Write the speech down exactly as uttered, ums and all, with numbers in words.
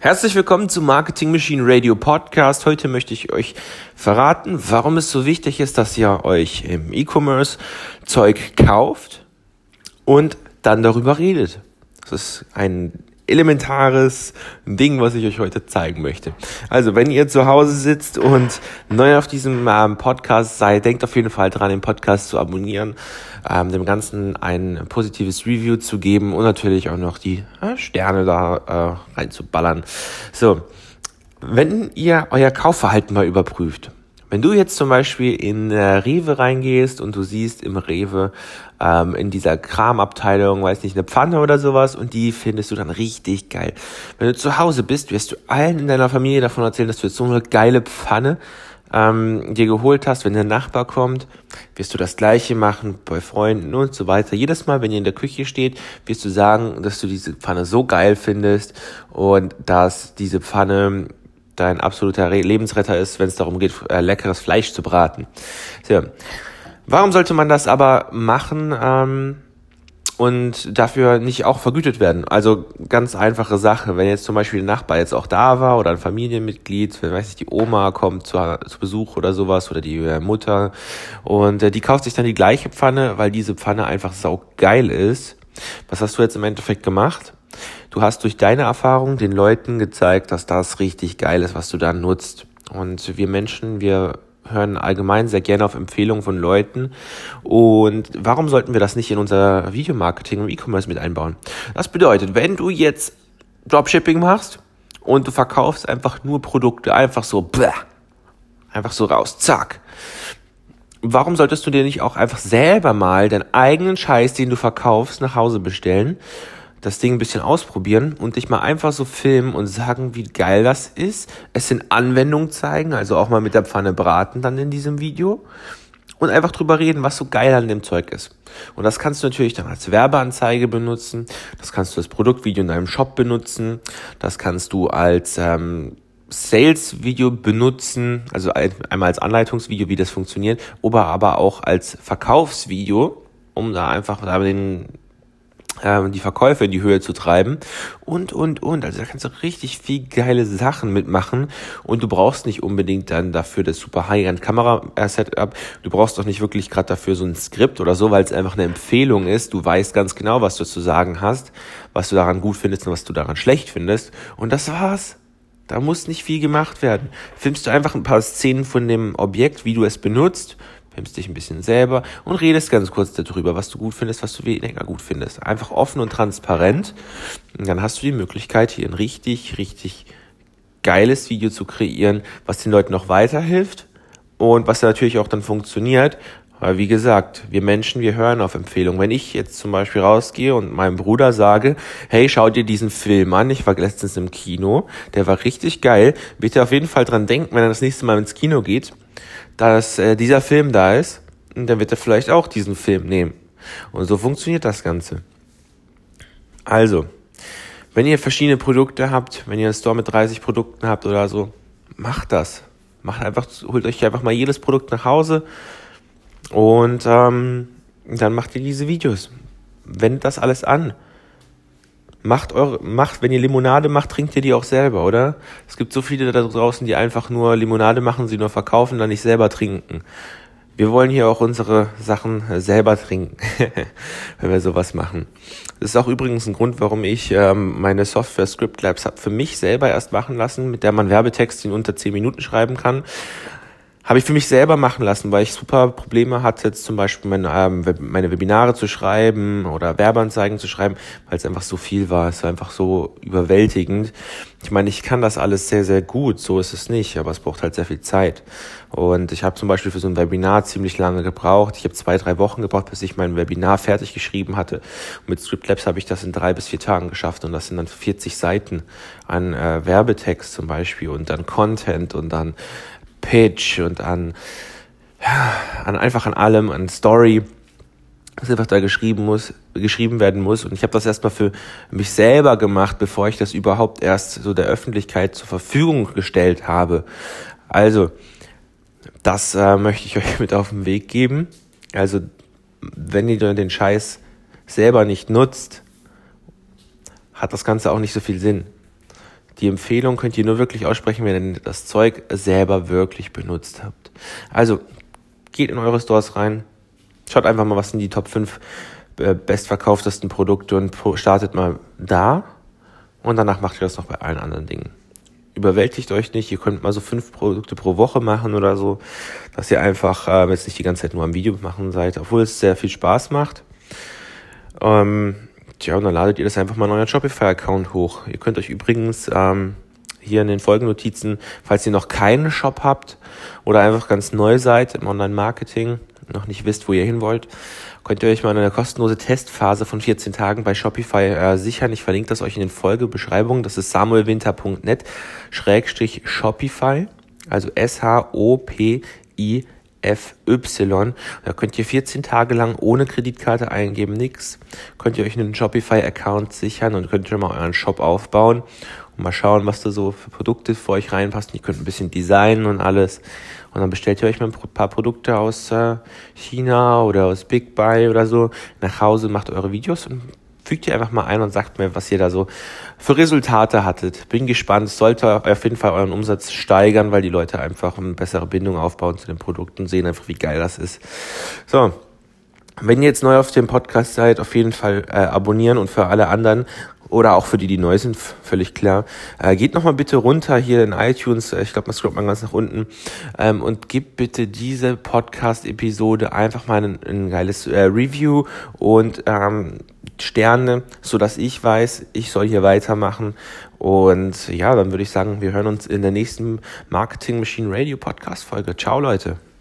Herzlich willkommen zum Marketing Machine Radio Podcast. Heute möchte ich euch verraten, warum es so wichtig ist, dass ihr euch im E-Commerce Zeug kauft und dann darüber redet. Das ist ein elementares Ding, was ich euch heute zeigen möchte. Also, wenn ihr zu Hause sitzt und neu auf diesem ähm, Podcast seid, denkt auf jeden Fall dran, den Podcast zu abonnieren, ähm, dem Ganzen ein positives Review zu geben und natürlich auch noch die äh, Sterne da äh, reinzuballern. So, wenn ihr euer Kaufverhalten mal überprüft, wenn du jetzt zum Beispiel in äh, Rewe reingehst und du siehst im Rewe ähm, in dieser Kramabteilung, weiß nicht, eine Pfanne oder sowas und die findest du dann richtig geil. Wenn du zu Hause bist, wirst du allen in deiner Familie davon erzählen, dass du jetzt so eine geile Pfanne ähm, dir geholt hast. Wenn der Nachbar kommt, wirst du das Gleiche machen bei Freunden und so weiter. Jedes Mal, wenn ihr in der Küche steht, wirst du sagen, dass du diese Pfanne so geil findest und dass diese Pfanne dein absoluter Lebensretter ist, wenn es darum geht, äh, leckeres Fleisch zu braten. So. Warum sollte man das aber machen ähm, und dafür nicht auch vergütet werden? Also ganz einfache Sache, wenn jetzt zum Beispiel der Nachbar jetzt auch da war oder ein Familienmitglied, wenn weiß ich, die Oma kommt zu, zu Besuch oder sowas oder die äh, Mutter und äh, die kauft sich dann die gleiche Pfanne, weil diese Pfanne einfach saugeil ist. Was hast du jetzt im Endeffekt gemacht? Du hast durch deine Erfahrung den Leuten gezeigt, dass das richtig geil ist, was du da nutzt. Und wir Menschen, wir hören allgemein sehr gerne auf Empfehlungen von Leuten. Und warum sollten wir das nicht in unser Videomarketing und E-Commerce mit einbauen? Das bedeutet, wenn du jetzt Dropshipping machst und du verkaufst einfach nur Produkte, einfach so, bläh, einfach so raus, zack. Warum solltest du dir nicht auch einfach selber mal deinen eigenen Scheiß, den du verkaufst, nach Hause bestellen, das Ding ein bisschen ausprobieren und dich mal einfach so filmen und sagen, wie geil das ist, es in Anwendung zeigen, also auch mal mit der Pfanne braten dann in diesem Video und einfach drüber reden, was so geil an dem Zeug ist. Und das kannst du natürlich dann als Werbeanzeige benutzen, das kannst du als Produktvideo in deinem Shop benutzen, das kannst du als ähm, Sales-Video benutzen, also einmal als Anleitungsvideo, wie das funktioniert, oder aber auch als Verkaufsvideo, um da einfach da den die Verkäufe in die Höhe zu treiben und, und, und. Also da kannst du richtig viel geile Sachen mitmachen und du brauchst nicht unbedingt dann dafür das super High-End-Kamera-Setup. Du brauchst doch nicht wirklich gerade dafür so ein Skript oder so, weil es einfach eine Empfehlung ist. Du weißt ganz genau, was du zu sagen hast, was du daran gut findest und was du daran schlecht findest. Und das war's. Da muss nicht viel gemacht werden. Filmst du einfach ein paar Szenen von dem Objekt, wie du es benutzt, filmst dich ein bisschen selber und redest ganz kurz darüber, was du gut findest, was du weniger gut findest. Einfach offen und transparent. Und dann hast du die Möglichkeit, hier ein richtig, richtig geiles Video zu kreieren, was den Leuten noch weiterhilft und was natürlich auch dann funktioniert. Weil wie gesagt, wir Menschen, wir hören auf Empfehlungen. Wenn ich jetzt zum Beispiel rausgehe und meinem Bruder sage, hey, schau dir diesen Film an, ich war letztens im Kino, der war richtig geil, wird er auf jeden Fall dran denken, wenn er das nächste Mal ins Kino geht, dass äh, dieser Film da ist, und dann wird er vielleicht auch diesen Film nehmen. Und so funktioniert das Ganze. Also, wenn ihr verschiedene Produkte habt, wenn ihr einen Store mit dreißig Produkten habt oder so, macht das. Macht einfach, holt euch einfach mal jedes Produkt nach Hause und ähm, dann macht ihr diese Videos. Wendet das alles an. Macht eure, macht, wenn ihr Limonade macht, trinkt ihr die auch selber, oder? Es gibt so viele da draußen, die einfach nur Limonade machen, sie nur verkaufen, dann nicht selber trinken. Wir wollen hier auch unsere Sachen selber trinken, wenn wir sowas machen. Das ist auch übrigens ein Grund, warum ich ähm, meine Software Script Labs habe für mich selber erst machen lassen, mit der man Werbetexte in unter zehn Minuten schreiben kann. Habe ich für mich selber machen lassen, weil ich super Probleme hatte, jetzt zum Beispiel meine, ähm, meine Webinare zu schreiben oder Werbeanzeigen zu schreiben, weil es einfach so viel war. Es war einfach so überwältigend. Ich meine, ich kann das alles sehr, sehr gut, so ist es nicht, aber es braucht halt sehr viel Zeit. Und ich habe zum Beispiel für so ein Webinar ziemlich lange gebraucht. Ich habe zwei, drei Wochen gebraucht, bis ich mein Webinar fertig geschrieben hatte. Und mit Scriptlabs habe ich das in drei bis vier Tagen geschafft und das sind dann vierzig Seiten an äh, Werbetext zum Beispiel und dann Content und dann Pitch und an, ja, an einfach an allem, an Story, was einfach da geschrieben muss, geschrieben werden muss. Und ich habe das erstmal für mich selber gemacht, bevor ich das überhaupt erst so der Öffentlichkeit zur Verfügung gestellt habe. Also, das äh, möchte ich euch mit auf den Weg geben. Also, wenn ihr den Scheiß selber nicht nutzt, hat das Ganze auch nicht so viel Sinn. die Empfehlung könnt ihr nur wirklich aussprechen, wenn ihr das Zeug selber wirklich benutzt habt. Also, geht in eure Stores rein, schaut einfach mal, was sind die Top fünf bestverkauftesten Produkte und startet mal da und danach macht ihr das noch bei allen anderen Dingen. Überwältigt euch nicht, ihr könnt mal so fünf Produkte pro Woche machen oder so, dass ihr einfach äh, jetzt nicht die ganze Zeit nur am Video machen seid, obwohl es sehr viel Spaß macht. Ähm, tja, und dann ladet ihr das einfach mal in euren Shopify-Account hoch. Ihr könnt euch übrigens ähm, hier in den Folgennotizen, falls ihr noch keinen Shop habt oder einfach ganz neu seid im Online-Marketing, noch nicht wisst, wo ihr hin wollt, könnt ihr euch mal eine kostenlose Testphase von vierzehn Tagen bei Shopify äh, sichern. Ich verlinke das euch in den Folgebeschreibungen. Das ist samuelwinter punkt net schrägstrich Shopify, also S H O P I F Y. Da könnt ihr vierzehn Tage lang ohne Kreditkarte eingeben, nix. Könnt ihr euch einen Shopify-Account sichern und könnt ihr mal euren Shop aufbauen und mal schauen, was da so für Produkte für euch reinpassen. Ihr könnt ein bisschen designen und alles. Und dann bestellt ihr euch mal ein paar Produkte aus äh, China oder aus Big Buy oder so nach Hause, macht eure Videos und fügt ihr einfach mal ein und sagt mir, was ihr da so für Resultate hattet. Bin gespannt. Es sollte auf jeden Fall euren Umsatz steigern, weil die Leute einfach eine bessere Bindung aufbauen zu den Produkten und sehen einfach, wie geil das ist. So. Wenn ihr jetzt neu auf dem Podcast seid, auf jeden Fall äh, abonnieren und für alle anderen oder auch für die, die neu sind, völlig klar, äh, geht nochmal bitte runter hier in iTunes, ich glaube, man scrollt mal ganz nach unten ähm, und gebt bitte diese Podcast-Episode einfach mal ein, ein geiles äh, Review und ähm, Sterne, so dass ich weiß, ich soll hier weitermachen. Und ja, dann würde ich sagen, wir hören uns in der nächsten Marketing Machine Radio Podcast Folge. Ciao, Leute.